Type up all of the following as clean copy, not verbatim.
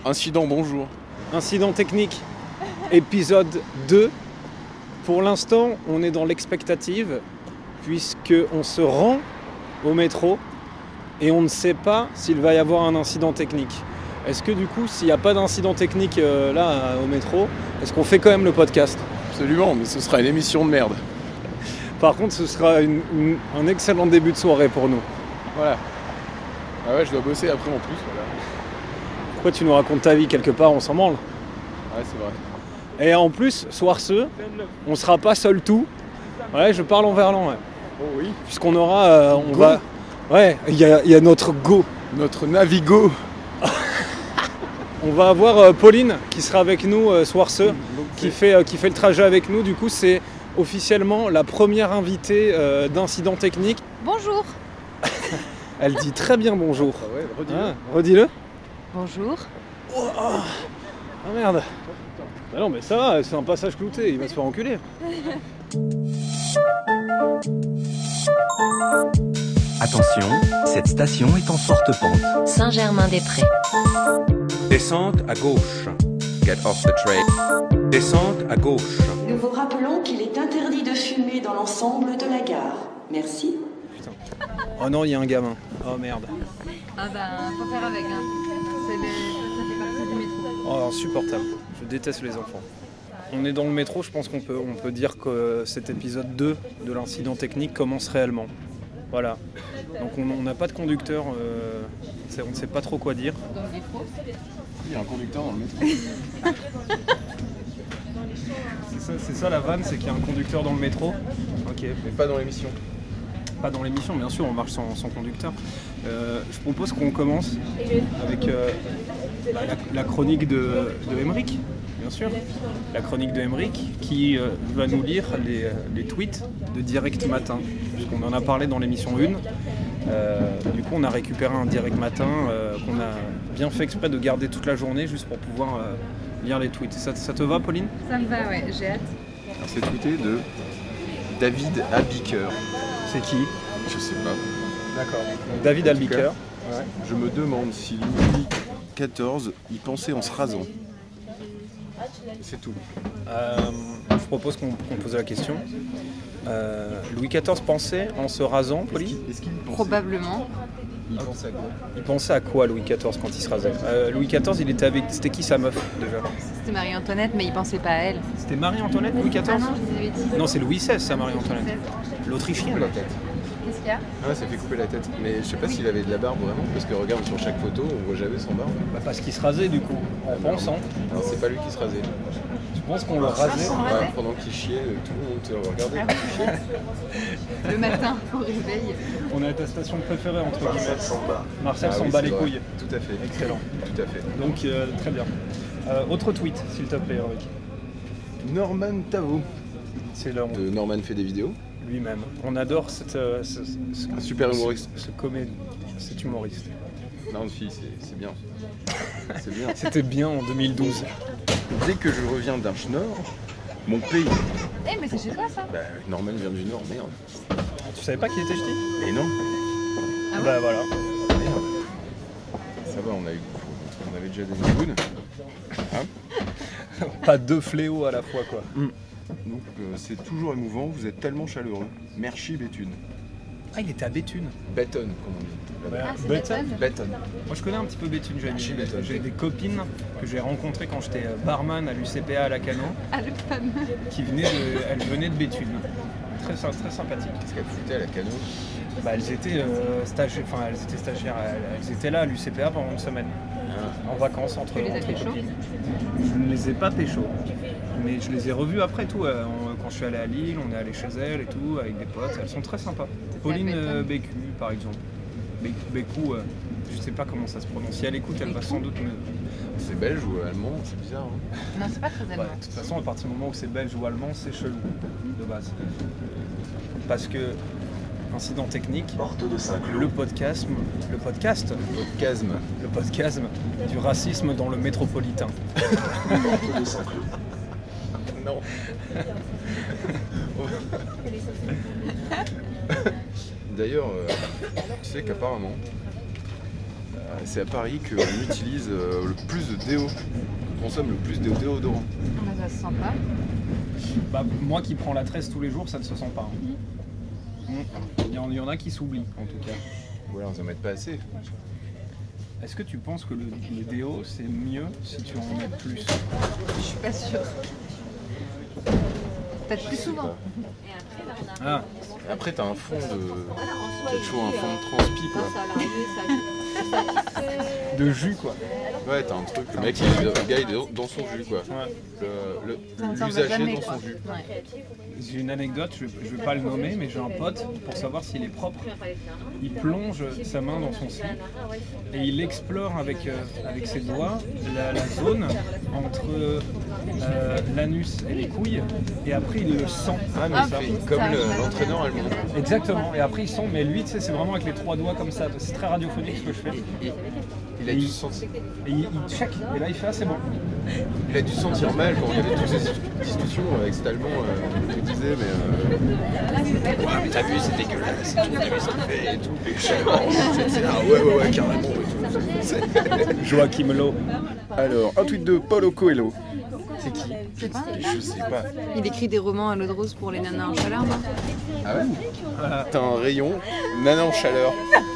Incident, bonjour. Incident technique, épisode 2. Pour l'instant, on est dans l'expectative, puisqu'on se rend au métro et on ne sait pas s'il va y avoir un incident technique. Est-ce que du coup, s'il n'y a pas d'incident technique là au métro, est-ce qu'on fait quand même le podcast ? Absolument, mais ce sera une émission de merde. Par contre, ce sera un excellent début de soirée pour nous. Voilà. Ah ouais, je dois bosser après en plus, voilà. Pourquoi tu nous racontes ta vie quelque part, on s'en branle. Ouais, c'est vrai. Et en plus, soir-ce, on sera pas seul tout. Ouais, je parle en verlan, ouais. Oh oui. Puisqu'on aura... Ouais, il y a notre go. Notre Navigo. On va avoir Pauline qui sera avec nous soir-ce, qui fait le trajet avec nous. Du coup, c'est officiellement la première invitée d'incident technique. Bonjour. Elle dit très bien bonjour. Ah ouais, redis-le. Ah, redis-le. Bonjour. Oh, ah merde. Ah non mais ça va, c'est un passage clouté, il va se faire enculer. Attention, cette station est en forte pente. Saint-Germain-des-Prés. Descente à gauche. Get off the train. Descente à gauche. Nous vous rappelons qu'il est interdit de fumer dans l'ensemble de la gare. Merci. Putain. Oh non, il y a un gamin. Oh merde. Ah ben, faut faire avec, hein. Ça fait partie du métro. Oh, insupportable. Je déteste les enfants. On est dans le métro, je pense qu'on peut dire que cet épisode 2 de l'incident technique commence réellement. Voilà. Donc on n'a pas de conducteur, on ne sait pas trop quoi dire. Dans le métro. Il y a un conducteur dans le métro. C'est ça la vanne, c'est qu'il y a un conducteur dans le métro. Ok. Mais pas dans l'émission. Pas dans l'émission, bien sûr, on marche sans conducteur. Je propose qu'on commence avec la chronique de Emeric, bien sûr. La chronique de Emeric qui va nous lire les tweets de Direct Matin. Puisqu'on en a parlé dans l'émission 1. Du coup, on a récupéré un Direct Matin qu'on a bien fait exprès de garder toute la journée juste pour pouvoir lire les tweets. Ça te va, Pauline ? Ça me va, ouais, j'ai hâte. Alors, c'est tweeté de David Albiker. C'est qui ? Je sais pas. D'accord. David Albiker. Ouais. Je me demande si Louis XIV y pensait en se rasant. C'est tout. Je propose qu'on pose la question. Louis XIV pensait en se rasant, Pauline ? Est-ce qu'il pensait Probablement. Il pensait à quoi ? Il pensait à quoi, Louis XIV, quand il se rasait ? Louis XIV, il était avec... C'était qui sa meuf, déjà ? C'était Marie-Antoinette, mais il pensait pas à elle. C'était Marie-Antoinette, Louis XIV ? Ah non, je dis des bêtises. Non, c'est Louis XVI, ça, Marie-Antoinette. La L'Autrichienne. tête. Qu'est-ce qu'il y a ? Ah, ça fait couper la tête. Mais je sais pas s'il avait de la barbe vraiment, parce que regarde sur chaque photo, on voit jamais son barbe. Bah, parce qu'il se rasait, du coup, en pensant. Alors c'est pas lui qui se rasait. Tu penses qu'on le rasait ? Ouais, pendant qu'il chiait, tout le monde te regardait quand il chiait. Le matin, au réveil. On est à ta station préférée, entre guillemets. Marcel Ah s'en oui, bat c'est les vrai. couilles. Tout à fait. Excellent. Tout à fait. Donc, très bien. Autre tweet, s'il te plaît, Eric. Norman Tavo. C'est là, De Norman fait des vidéos. lui-même. On adore Un super humoriste. cet humoriste. Non, fille, c'est bien. C'est bien. C'était bien en 2012. Dès que je reviens d'un schnorr, mon pays. Eh, mais c'est chez toi, ça ? Bah, Norman vient du Nord, merde. Tu savais pas qu'il était ch'ti ? Mais non. Ah ouais ? Bah voilà. Merde. Ça va, on avait déjà des ébounes. Hein ? Pas deux fléaux à la fois, quoi. Donc, c'est toujours émouvant, vous êtes tellement chaleureux. Merci Béthune. Ah, il était à Béthune. Béthune, comme on dit. Là-bas. Ah, c'est Béthune. Béthune. Béthune. Moi, je connais un petit peu Béthune. Archi Béthune. J'ai des copines que j'ai rencontrées quand j'étais barman à l'UCPA à Lacanau, Ah, le fameux. elles venaient de Béthune. Très sympathique. Qu'est-ce qu'elle foutait à la cano ? Bah, elles étaient stagiaires, elles étaient là à l'UCPA pendant une semaine, en vacances entre Tu les as pécho ? copines. Je ne les ai pas pécho, mais je les ai revues après tout. Quand je suis allé à Lille, on est allé chez elles et tout, avec des potes. Elles sont très sympas. Pauline Béthune. Bécu, par exemple. Bécou, je sais pas comment ça se prononce. Si elle écoute, elle va sans doute me... C'est belge ou allemand, c'est bizarre. Hein. Non, c'est pas très Ouais, allemand. de toute façon, à partir du moment où c'est belge ou allemand, c'est chelou, de base. Parce que, incident technique, le podcast du racisme dans le métropolitain. Non. D'ailleurs, tu sais qu'apparemment, C'est à Paris qu'on utilise le plus de déo, qu'on consomme le plus de déodorants. Ça se sent pas. Bah, moi qui prends la tresse tous les jours, ça ne se sent pas. Il y en a qui s'oublient en tout cas. Ouais, on s'en met pas assez. Est-ce que tu penses que le déo c'est mieux si tu en mets plus? Je suis pas sûre. Peut-être plus souvent. Ah, Et après, t'as un fond de. T'as toujours un fond de transpi, quoi. de jus quoi. Ouais, t'as un truc. Le mec, le gars, il est dans son jus, quoi. Ouais. L'usager dans son jus. J'ai une anecdote, je vais pas le nommer, mais j'ai un pote, pour savoir s'il est propre, il plonge sa main dans son slip et il explore avec ses doigts la zone entre l'anus et les couilles, et après il le sent. Ah, mais il fait comme l'entraîneur allemand. Exactement, et après il sent, mais lui, tu sais, c'est vraiment avec les 3 doigts comme ça, c'est très radiophonique ce que je fais. Il a dû sentir. Et il check, et là il fait, ah c'est bon. Il a dû se sentir mal quand il y avait toutes ces discussions avec cet allemand qui disait mais ouais, mais t'as vu, c'est dégueulasse, t'as vu ce qu'il fait et tout. Ah ouais, carrément et tout. Joachim Lowe. Alors, un tweet de Paulo Coelho. C'est qui? Je sais pas. Je sais pas. Il écrit des romans à l'eau de rose pour les nanas en chaleur, non? Ah ouais? T'as un rayon, nana en chaleur.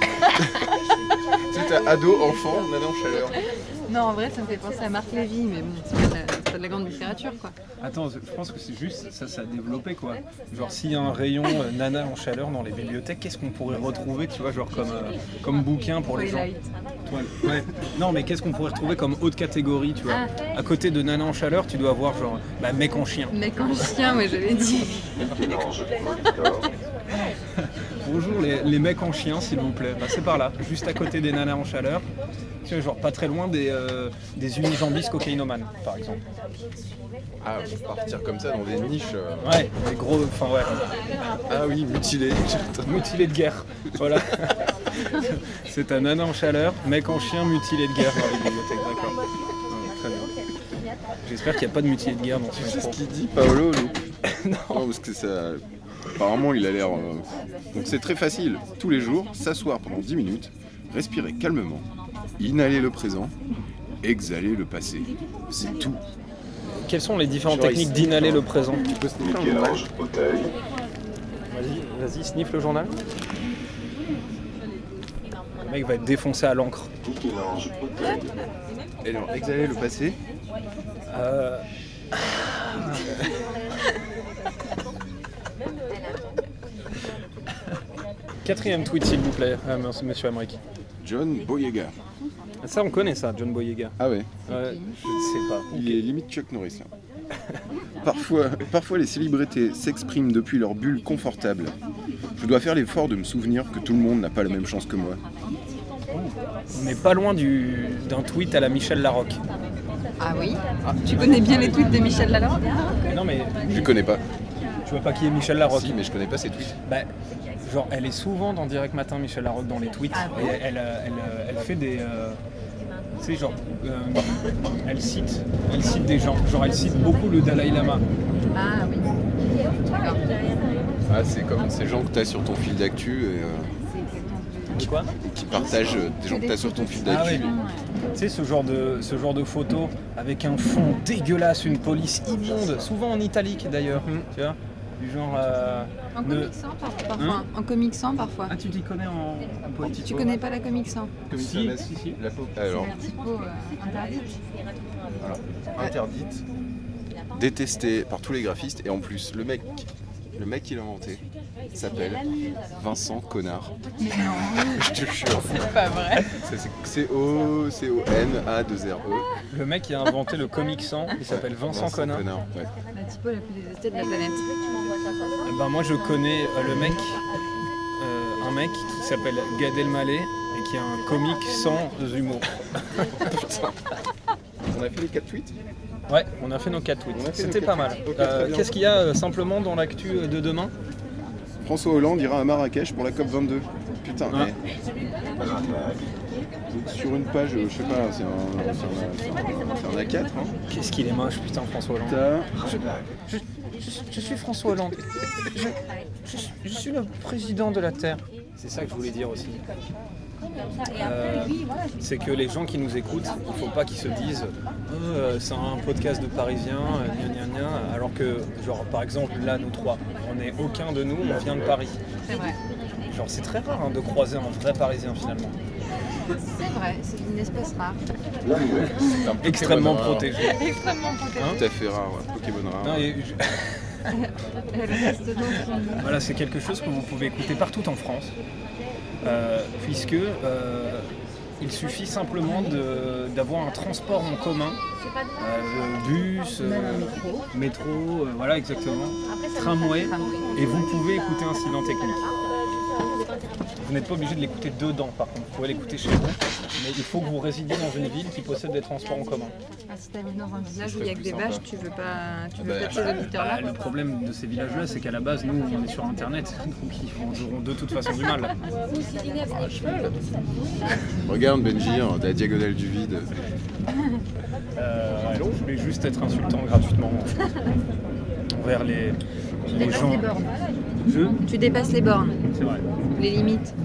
Tu sais, t'as ado, enfant, nana en chaleur. Non, en vrai, ça me fait penser à Marc Lévy, mais bon, c'est pas de la grande littérature, quoi. Attends, je pense que c'est juste ça a développé quoi. Genre s'il y a un rayon nana en chaleur dans les bibliothèques, qu'est-ce qu'on pourrait retrouver, tu vois, genre comme bouquin pour les gens. Ouais. Non, mais qu'est-ce qu'on pourrait retrouver comme haute catégorie, tu vois. À côté de nana en chaleur, tu dois avoir genre mec en chien. Mec en chien, ouais, j'avais dit. Bonjour les mecs en chien, s'il vous plaît. C'est par là, juste à côté des nanas en chaleur. Tu vois, genre pas très loin des unijambistes cocaïnomanes, par exemple. Ah, partir comme ça dans des niches. Ouais, des gros. Enfin, ouais. Ah oui, mutilé. Mutilé de guerre. Voilà. C'est un nana en chaleur, mec en chien, mutilé de guerre dans les bibliothèques, d'accord. Ouais, très bien. J'espère qu'il n'y a pas de mutilé de guerre dans ce Tu sais métro. ce qu'il dit, Paolo, lui? Non, parce que ça. Apparemment, il a l'air. Donc c'est très facile. Tous les jours, s'asseoir pendant 10 minutes, respirer calmement, inhaler le présent, exhaler le passé. C'est tout. Quelles sont les différentes Genre techniques ici. d'inhaler le présent? Tu peux sniffer un journal. Vas-y, sniffe le journal. Le mec va être défoncé à l'encre. Et alors, exhaler le passé. Quatrième tweet, s'il vous plaît, monsieur Amérique. John Boyega. Ça, on connaît ça, John Boyega. Ah ouais. Je ne sais pas. Il est limite Chuck Norris. Là. Parfois, les célébrités s'expriment depuis leur bulle confortable. Je dois faire l'effort de me souvenir que tout le monde n'a pas la même chance que moi. On n'est pas loin d'un tweet à la Michel Larocque. Ah oui? Tu connais bien les tweets de Michel Larocque? Non mais Je connais pas. tu vois pas qui est Michel Larocque? Si, mais je connais pas ses tweets. Bah, genre elle est souvent dans Direct Matin, Michel Larocque, dans les tweets. Et elle fait des... tu sais, genre, elle cite des gens. Genre elle cite beaucoup le Dalai Lama. Ah oui. D'accord. Ah, c'est comme ces gens que t'as sur ton fil d'actu et Quoi? qui partagent des gens que t'as sur ton fil Ah d'actu. oui. Tu sais, ce genre de photo avec un fond dégueulasse, une police immonde, souvent en italique d'ailleurs, tu vois, du genre... En comic sans parfois. En comic sans parfois. Ah, tu t'y connais en politique? Tu connais pas la comic sans? Comme Si, il si. Alors, La typo interdite. voilà. Interdite, détestée par tous les graphistes, et en plus, le mec qui l'a inventé s'appelle Vincent Connard. Mais non, Je te jure. c'est pas vrai. C'est C-O-N-A-2-R-E. Le mec qui a inventé le Comic Sans, il s'appelle Vincent Connard. Ouais. La typo la plus détestée de la planète. Eh ben moi je connais le mec, un mec qui s'appelle Gad Elmaleh et qui a un comic sans humour. Putain. On a fait les 4 tweets. Ouais, on a fait nos 4 tweets. On a fait C'était nos pas 4 mal. tweets. Ok, très bien. Qu'est-ce qu'il y a simplement dans l'actu de demain? François Hollande ira à Marrakech pour la COP22. Putain, Ouais. sur une page, je sais pas, c'est un A4. Hein. Qu'est-ce qu'il est moche, putain, François Hollande. T'as Je suis François Hollande. Je suis le président de la Terre. C'est ça que je voulais dire aussi. c'est que les gens qui nous écoutent, il ne faut pas qu'ils se disent c'est un podcast de Parisiens, gna gna gna, alors que, genre, par exemple, là, nous trois, on n'est aucun de nous, on vient de Paris. C'est vrai. Genre, c'est très rare de croiser un vrai Parisien, finalement. C'est vrai, c'est une espèce rare. C'est un Extrêmement Pokémon rare. protégé. Extrêmement protégée. Tout à fait rare, ouais. Pokémon rare. Non, et Elle reste donc voilà, c'est quelque chose que vous pouvez écouter partout en France, puisque il suffit simplement d'avoir un transport en commun, bus, métro, voilà exactement, tramway, et vous pouvez écouter Incident Technique. Vous n'êtes pas obligé de l'écouter dedans, par contre, vous pouvez l'écouter chez vous, mais il faut que vous résidiez dans une ville qui possède des transports en commun. Ah, si t'habites dans un village où il y a que des sympa. vaches, tu veux pas bah, ces auditeurs-là. Le problème de ces villages-là, c'est qu'à la base, nous, on est sur Internet, donc ils auront de toute façon du mal. Regarde Benji, hein, la diagonale du vide. Je voulais juste être insultant gratuitement envers les gens. Les bornes. Je Tu dépasses les bornes, C'est vrai. les limites.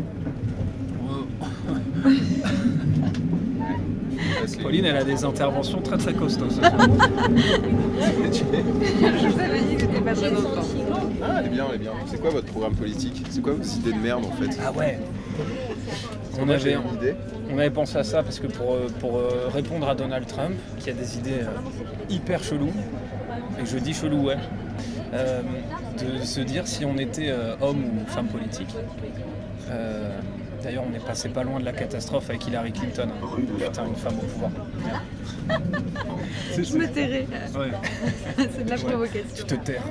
Pauline, elle a des interventions très très costauds ce soir. Je vous avais dit que c'était pas très longtemps. Ah, elle est bien, elle est bien. C'est quoi votre programme politique? C'est quoi vos idées de merde en fait? Ah ouais. Moi j'ai une idée. On avait pensé à ça parce que pour répondre à Donald Trump, qui a des idées hyper cheloues, et je dis chelou, ouais, de se dire si on était homme ou femme politique. D'ailleurs, on est passé pas loin de la catastrophe avec Hillary Clinton. Putain, une femme au pouvoir. Je me tairai. Ouais. C'est de la provocation. Tu te terres.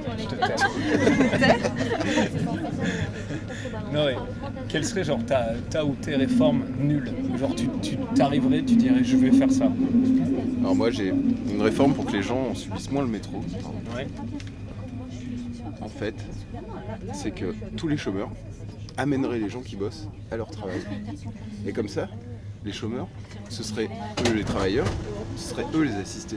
Non, ouais. Quelles seraient genre ta ou tes réformes nulles? Genre tu t'arriverais, tu dirais je vais faire ça. Alors moi j'ai une réforme pour que les gens subissent moins le métro. Ouais. En fait, c'est que tous les chômeurs amèneraient les gens qui bossent à leur travail. Et comme ça, les chômeurs, ce seraient eux les travailleurs, ce seraient eux les assistés.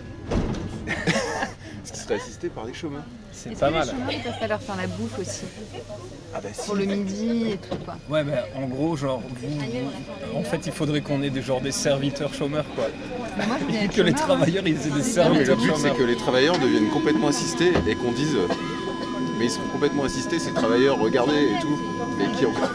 Parce qu'ils seraient assistés par des chômeurs. C'est Est-ce pas que mal. les chômeurs, ils peuvent pas leur faire la bouffe aussi? Ah bah si. Pour le midi et tout, quoi. Ouais, bah en gros, genre, en fait, il faudrait qu'on ait des serviteurs chômeurs, quoi. Bah, moi, je voulais Et être que les chômeur, travailleurs, ils aient des Non, mais le serviteurs but c'est chômeurs. que les travailleurs deviennent complètement assistés et qu'on dise mais ils seront complètement assistés ces travailleurs, regardez et tout. Mais qui encore?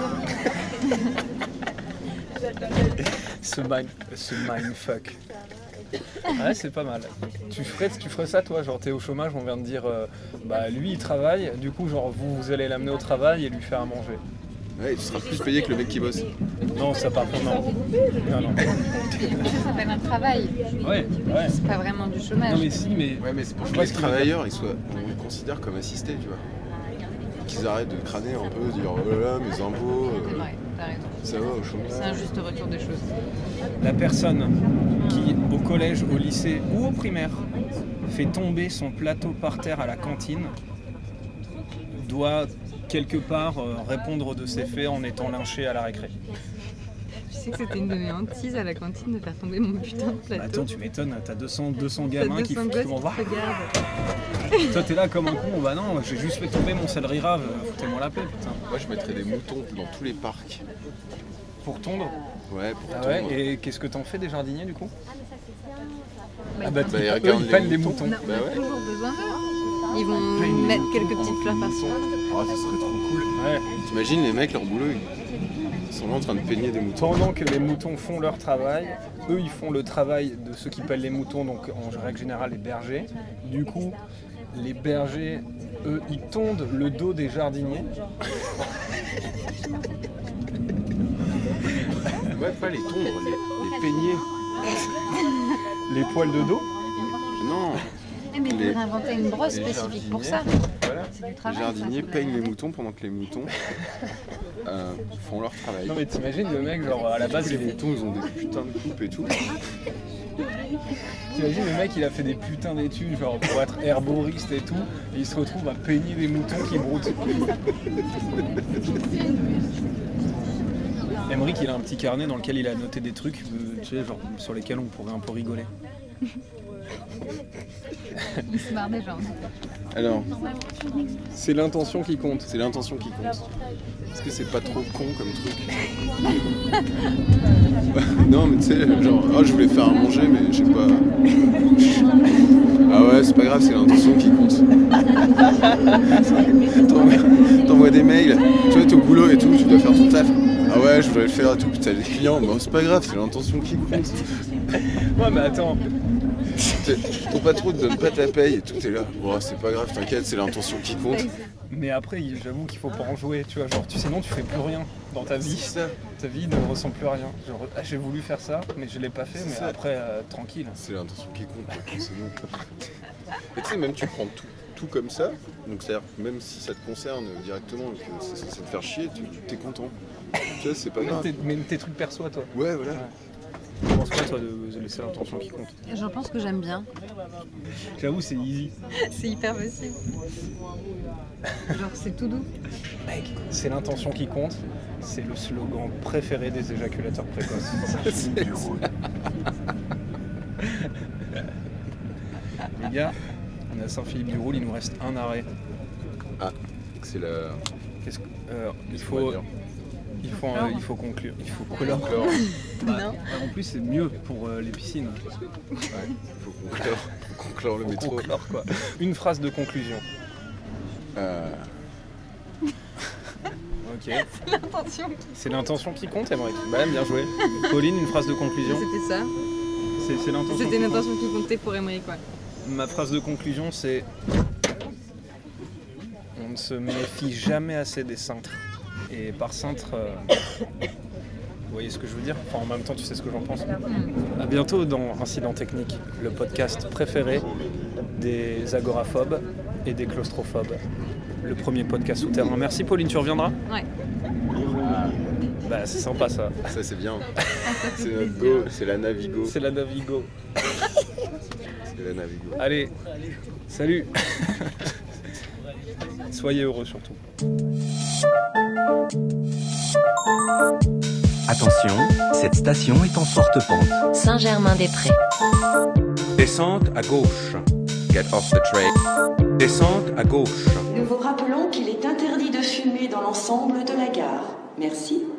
Ce mindfuck. Ouais, c'est pas mal. Tu ferais ça, toi, genre t'es au chômage, on vient de dire, bah lui il travaille, du coup, genre vous allez l'amener au travail et lui faire à manger. Ouais, tu seras plus payé que le mec qui bosse. Non, ça par contre, non. Non. Ça s'appelle un travail. Ouais. C'est pas vraiment du chômage. Non mais si, mais... Ouais, mais c'est pour Je que vois les ce qu'il veut dire. travailleurs, on les considère comme assistés, tu vois. Qu'ils arrêtent de crâner un peu, dire oh là là, mes impôts, C'est vrai, t'as raison. ça va au chômage. C'est un juste retour des choses. La personne qui, au collège, au lycée ou au primaire, fait tomber son plateau par terre à la cantine, doit quelque part répondre de ses faits en étant lynché à la récré. Tu sais que c'était une de mes hantises à la cantine de faire tomber mon putain de plateau. Attends, tu m'étonnes, t'as 200 T'as gamins qui 200 font gosses vont voir. qui te regardent. Toi t'es là comme un con, bah non, j'ai juste fait tomber mon céleri rave, foutez-moi la paix, putain. Moi, je mettrais des moutons dans tous les parcs. Pour tondre. Ouais, pour Ah tondre. ouais, et qu'est-ce que t'en fais des jardiniers du coup? Bah, Ah bah, Bah, ils eux, regardent ils les prennent des moutons. moutons. On a Bah ouais. toujours besoin d'eux. Ils vont mettre quelques petites fleurs par-ci. Oh, ça serait trop cool. Ouais. T'imagines les mecs, leur boulot, ils sont là en train de peigner des moutons. Pendant que les moutons font leur travail, eux ils font le travail de ceux qui pèlent les moutons, donc en règle générale les bergers. Du coup, les bergers, eux, ils tondent le dos des jardiniers. Ouais, pas les tondre, les peigner. Les poils de dos. Non, Mais il Les- faudrait inventer une brosse les spécifique pour ça. jardiniers. Voilà. C'est du Les travail. jardiniers ça. peignent les moutons pendant que les moutons font leur travail. Non mais t'imagines le mec, genre à la base les il est... moutons, ils ont des putains de coupes et tout. T'imagines le mec il a fait des putains d'études genre pour être herboriste et tout, et il se retrouve à peigner des moutons qui broutent. Emmerich il a un petit carnet dans lequel il a noté des trucs, tu sais, genre sur lesquels on pourrait un peu rigoler. Il se marre déjà. Alors, C'est l'intention qui compte. c'est l'intention qui compte. Est-ce que c'est pas trop con comme truc? Non, mais tu sais, genre, oh, je voulais faire à manger, mais je sais pas. Ah ouais, c'est pas grave, c'est l'intention qui compte. T'envoies des mails, tu vois, t'es au boulot et tout, tu dois faire ton taf. Ah ouais, je voudrais le faire et tout, puis t'as des clients, bon, c'est pas grave, c'est l'intention qui compte. Ouais, mais attends. Ton patron te donne pas ta paye et tout, t'es là. Bon, c'est pas grave, t'inquiète, c'est l'intention qui compte. Mais après, j'avoue qu'il faut pas en jouer, tu vois. Genre, sinon, tu fais plus rien dans ta vie. C'est ça. Ta vie ne ressemble plus à rien. Genre, ah, j'ai voulu faire ça, mais je l'ai pas fait, mais C'est ça. après, tranquille. C'est l'intention qui compte, quoi, c'est bon. Et tu sais, même tu prends tout comme ça, donc c'est-à-dire que même si ça te concerne directement et que c'est censé te faire chier, t'es content. Tu vois, c'est pas grave. Mais tes trucs perso à toi. Ouais, voilà. Tu penses quoi, toi, de laisser l'intention qui compte? Je pense que j'aime bien. J'avoue, c'est easy. C'est hyper facile. Genre, c'est tout doux. Mec, c'est l'intention qui compte. C'est le slogan préféré des éjaculateurs précoces. Les gars, on est à Saint-Philippe-du-Roule, il nous reste un arrêt. Ah, c'est la... Il qu'on va dire. faut conclure. Il faut clore. Non. En plus, c'est mieux pour les piscines. Ouais, faut conclure le métro. Conclure, quoi. Une phrase de conclusion. Ok. L'intention. C'est l'intention qui compte, Emmerich. Bah, bien joué. Pauline, une phrase de conclusion. C'était ça. C'est l'intention. C'était qui l'intention qui comptait pour Émeric, quoi. compte. Ma phrase de conclusion, c'est on ne se méfie jamais assez des cintres. Et par cintre, vous voyez ce que je veux dire? Enfin, en même temps, tu sais ce que j'en pense. À bientôt dans Incident Technique, le podcast préféré des agoraphobes et des claustrophobes. Le premier podcast souterrain. Merci Pauline, tu reviendras? Ouais. Bah, c'est sympa ça. Ça, c'est bien. Ça fait C'est notre plaisir. go, c'est la Navigo. C'est la Navigo. C'est la Navigo. Allez, salut. Soyez heureux surtout. Attention, cette station est en forte pente. Saint-Germain-des-Prés. Descente à gauche. Get off the train. Descente à gauche. Nous vous rappelons qu'il est interdit de fumer dans l'ensemble de la gare. Merci.